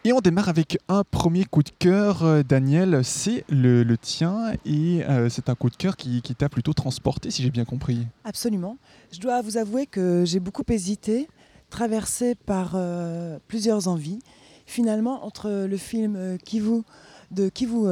Et on démarre avec un premier coup de cœur, Daniel, c'est le tien, et c'est un coup de cœur qui t'a plutôt transporté, si j'ai bien compris. Absolument. Je dois vous avouer que j'ai beaucoup hésité, traversé par plusieurs envies. Finalement, entre le film Kivu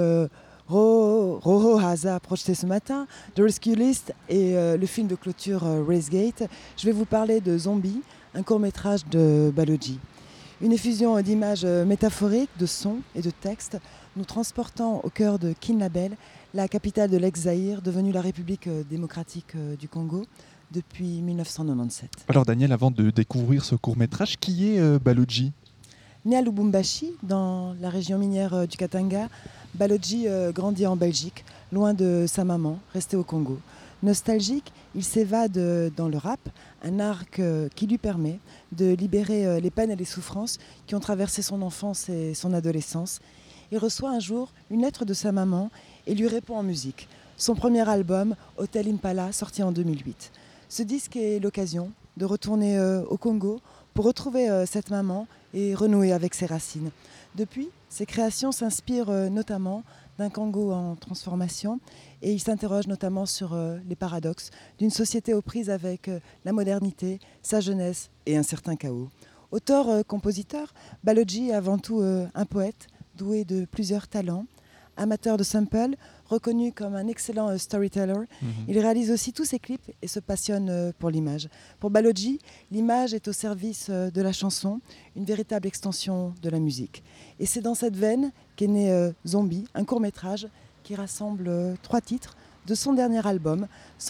Roho Haza, projeté ce matin, The Rescue List, et le film de clôture Race Gate, je vais vous parler de Zombie, un court-métrage de Baloji. Une effusion d'images métaphoriques, de sons et de textes, nous transportant au cœur de Kinshasa, la capitale de l'ex-Zaïre, devenue la République démocratique du Congo depuis 1997. Alors Daniel, avant de découvrir ce court-métrage, qui est Baloji ? Né à Lubumbashi, dans la région minière du Katanga, Baloji grandit en Belgique, loin de sa maman, restée au Congo. Nostalgique, il s'évade dans le rap, un art qui lui permet de libérer les peines et les souffrances qui ont traversé son enfance et son adolescence. Il reçoit un jour une lettre de sa maman et lui répond en musique. Son premier album, Hotel Impala, sorti en 2008. Ce disque est l'occasion de retourner au Congo pour retrouver cette maman et renouer avec ses racines. Depuis, ses créations s'inspirent notamment d'un Congo en transformation, et il s'interroge notamment sur les paradoxes d'une société aux prises avec la modernité, sa jeunesse et un certain chaos. Auteur-compositeur, Baloji est avant tout un poète doué de plusieurs talents. Amateur de samples, reconnu comme un excellent storyteller, il réalise aussi tous ses clips et se passionne pour l'image. Pour Baloji, l'image est au service de la chanson, une véritable extension de la musique. Et c'est dans cette veine qu'est né Zombie, un court-métrage qui rassemble 3 titres de son dernier album,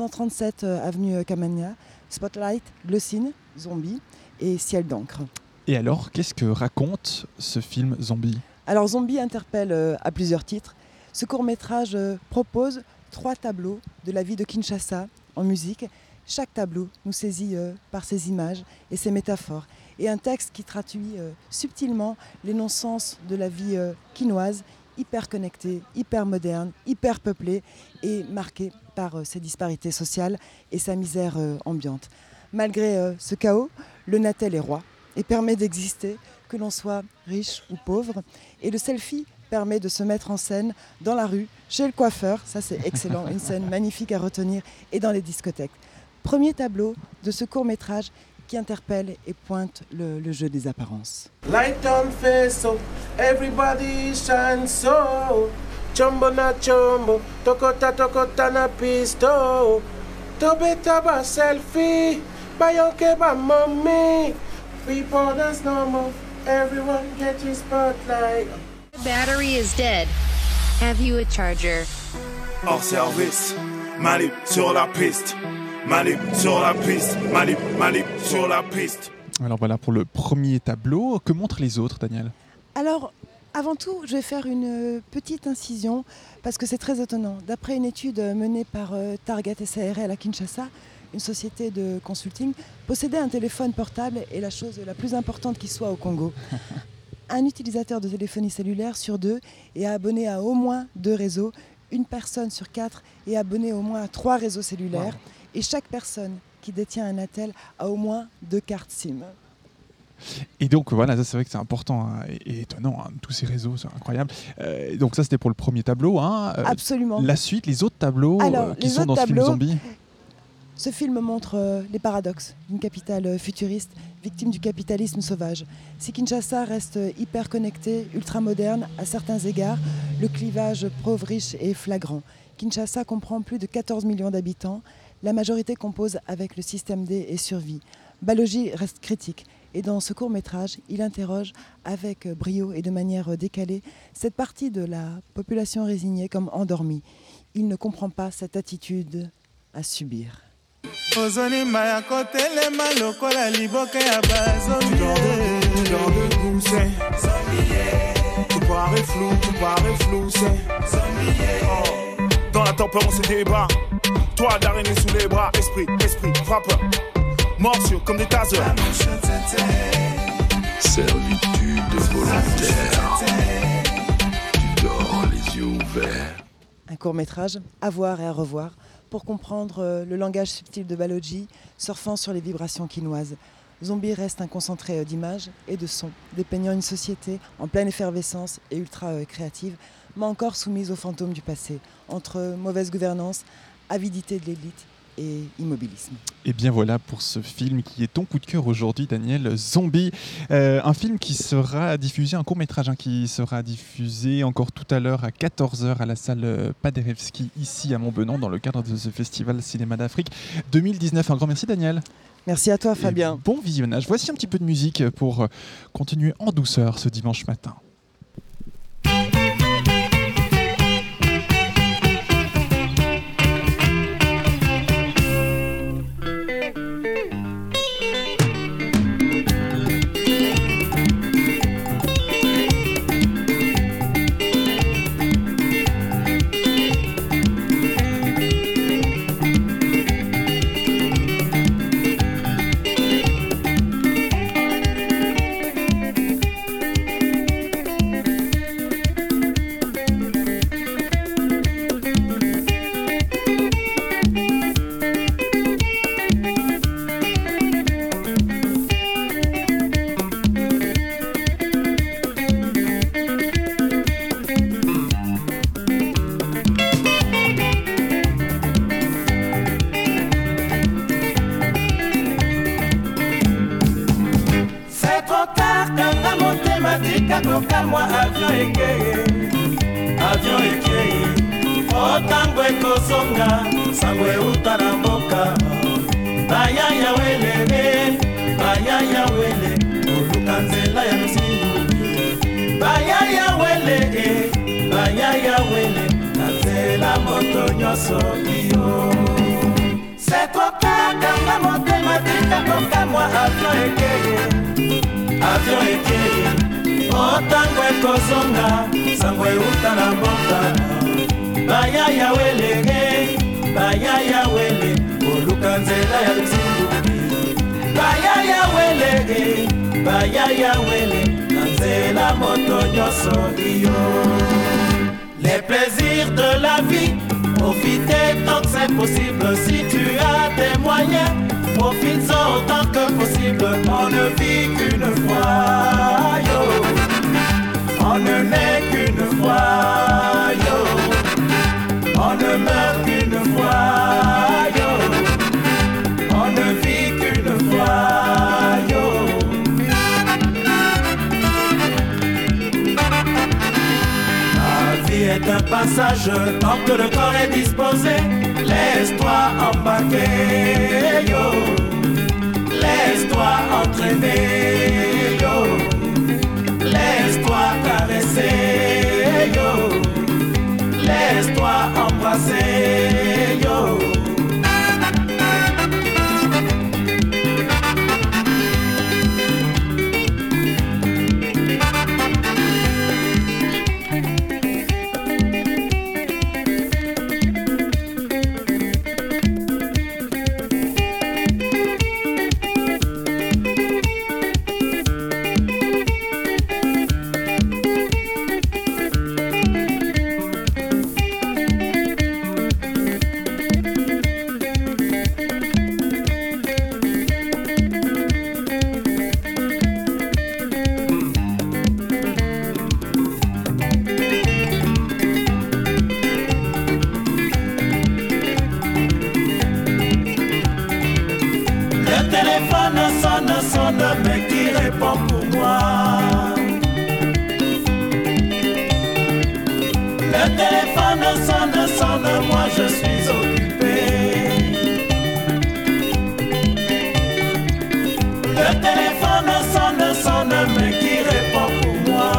137 avenue Kamania, Spotlight, Glycine, Zombie et Ciel d'encre. Et alors, qu'est-ce que raconte ce film Zombie ? Alors Zombie interpelle à plusieurs titres. Ce court-métrage propose 3 tableaux de la vie de Kinshasa en musique. Chaque tableau nous saisit par ses images et ses métaphores. Et un texte qui traduit subtilement les non-sens de la vie quinoise, hyper connectée, hyper moderne, hyper peuplée et marquée par ses disparités sociales et sa misère ambiante. Malgré ce chaos, le Natel est roi et permet d'exister, que l'on soit riche ou pauvre. Et le selfie permet de se mettre en scène dans la rue, chez le coiffeur, ça c'est excellent, une scène magnifique à retenir, et dans les discothèques. Premier tableau de ce court-métrage qui interpelle et pointe le jeu des apparences. Light on face, so everybody shine so. Chombo na chombo, tokota na pisto. Tobeta ba selfie, bayonke ba mommy. People dance normal, everyone get your spotlight. The battery is dead. Have you a charger? Hors service, Malib sur la piste. Malib sur la piste, Malib sur la piste. Alors voilà pour le premier tableau. Que montrent les autres, Daniel ? Alors, avant tout, je vais faire une petite incision parce que c'est très étonnant. D'après une étude menée par Target SARL à Kinshasa, une société de consulting, posséder un téléphone portable est la chose la plus importante qui soit au Congo. Un utilisateur de téléphonie cellulaire sur 2 est abonné à au moins 2 réseaux. Une personne sur 4 est abonnée au moins à 3 réseaux cellulaires. Wow. Et chaque personne qui détient un Natel a au moins 2 cartes SIM. Et donc voilà, ça c'est vrai que c'est important et étonnant, tous ces réseaux, c'est incroyable. Donc ça c'était pour le premier tableau. Absolument. La suite, les autres tableaux qui sont dans ce film Zombie. Ce film montre les paradoxes d'une capitale futuriste, victime du capitalisme sauvage. Si Kinshasa reste hyper connecté, ultra moderne à certains égards, le clivage pauvre-riche est flagrant. Kinshasa comprend plus de 14 millions d'habitants. La majorité compose avec le système D et survit. Baloji reste critique. Et dans ce court-métrage, il interroge avec brio et de manière décalée cette partie de la population résignée comme endormie. Il ne comprend pas cette attitude à subir. Ozoni maya kotelema lokola liboke ya bazombie. Garde gousset. Tout paraît flou, c'est zombie. Dans la tempête on se débat. Toi d'araignée sous les bras. Esprit, frappeur. Morsure comme des tasers. Servitude volontaire. Tu dors les yeux ouverts. Un court-métrage à voir et à revoir pour comprendre le langage subtil de Baloji, surfant sur les vibrations quinoises. Zombie reste un concentré d'images et de sons, dépeignant une société en pleine effervescence et ultra créative, mais encore soumise aux fantômes du passé, entre mauvaise gouvernance, avidité de l'élite et immobilisme. Et bien voilà pour ce film qui est ton coup de cœur aujourd'hui, Daniel, Zombie. Un film qui sera diffusé, un court-métrage qui sera diffusé encore tout à l'heure à 14h à la salle Paderewski, ici à Montbenon, dans le cadre de ce Festival Cinéma d'Afrique 2019. Un grand merci, Daniel. Merci à toi, Fabien. Et bon visionnage. Voici un petit peu de musique pour continuer en douceur ce dimanche matin. Les plaisirs de la vie, profitez tant que c'est possible. Si tu as des moyens, profite-en autant que possible. On ne vit qu'une fois, yo. On ne naît qu'une fois, yo. On ne meurt qu'une fois, yo. On ne vit qu'une fois, yo. Est un passage, tant que le corps est disposé, laisse-toi embarquer, yo. Laisse-toi entraîner, yo. Laisse-toi caresser, yo. Laisse-toi embrasser, yo. Mais qui répond pour moi? Le téléphone sonne, moi je suis occupé. Le téléphone sonne, mais qui répond pour moi?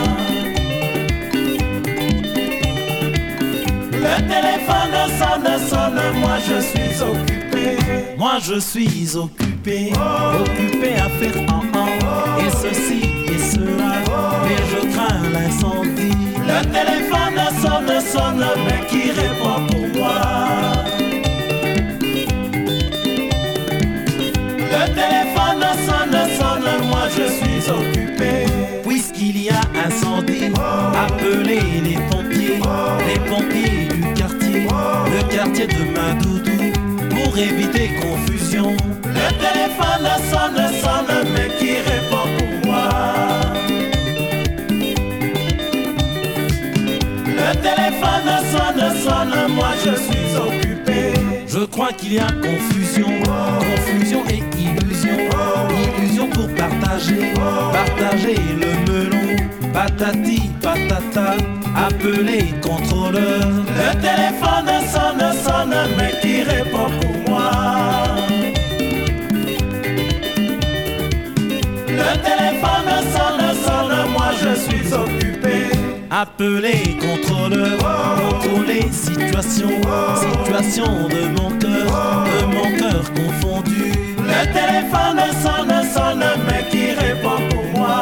Le téléphone sonne, moi je suis occupé. Moi je suis occupé, occupé à faire et ceci et cela, mais je crains l'incendie. Le téléphone sonne, mais qui répond pour moi? Le téléphone sonne, moi je suis occupé. Puisqu'il y a incendie, appelez les pompiers du quartier de Madoudou, pour pour éviter confusion. Le téléphone sonne, mais qui répond pour moi? Le téléphone sonne, moi je suis occupé. Je crois qu'il y a confusion, confusion et illusion. Illusion pour partager, partager le melon. Patati patata, appeler contrôleur. Le téléphone sonne, mais qui répond pour moi? Le téléphone sonne, moi je suis occupé. Appeler contrôleur, contrôler situation, situation de mon cœur confondu. Le téléphone sonne, mais qui répond pour moi?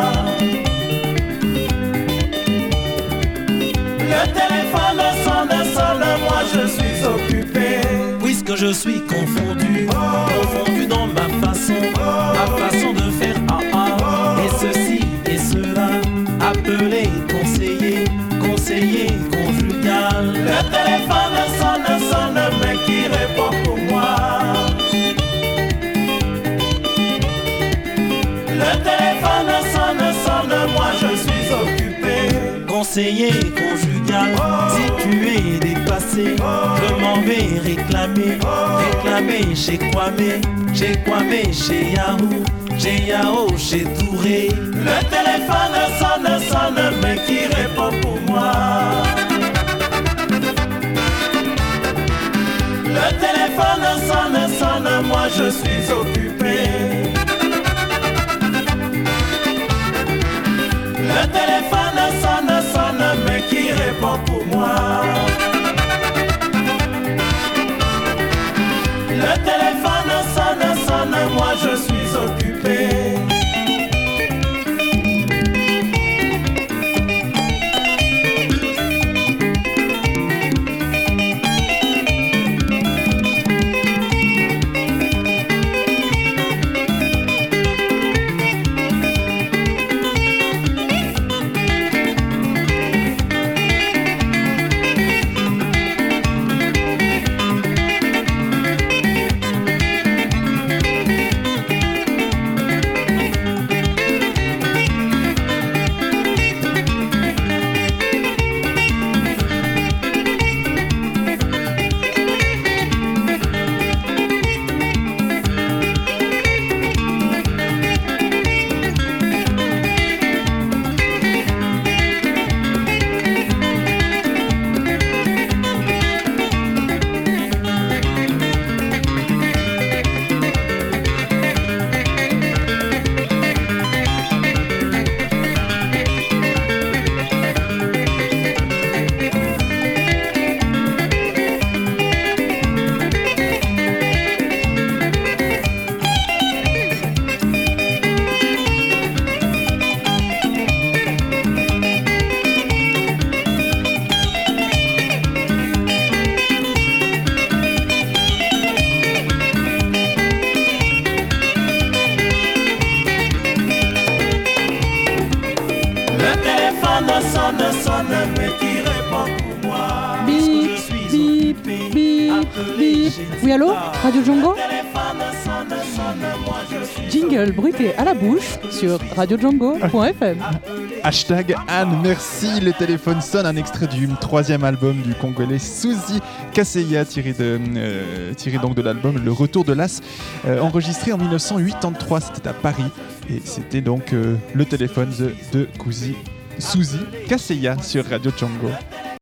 Le téléphone sonne, moi je suis occupé. Puisque je suis confondu, confondu dans ma façon de faire et ceci et cela. Appeler, conseiller conjugal. Le téléphone sonne, mais qui répond pour moi? Le téléphone sonne, moi je suis occupé. Conseiller conjugal, si tu es dépassé, je m'en vais réclamer chez Kwame, chez Yahoo, chez Touré. Le téléphone sonne, mais qui répond pour moi? Le téléphone sonne, moi je suis occupé. Le téléphone sonne, mais qui répond pour moi? Le téléphone sonne, moi je suis occupé. Sonne, mais qui répond pour moi? Bip, je suis occupé. Bip. Oui, allô? Radio Django? Jingle bruité à la bouche sur radiodjango.fm. Hashtag Anne, merci. Le téléphone sonne, un extrait du 3e album du Congolais Suzy Kaseya, tiré donc de l'album Le Retour de l'As, enregistré en 1983. C'était à Paris et c'était donc le téléphone de Suzy Kaseya sur Radio Django.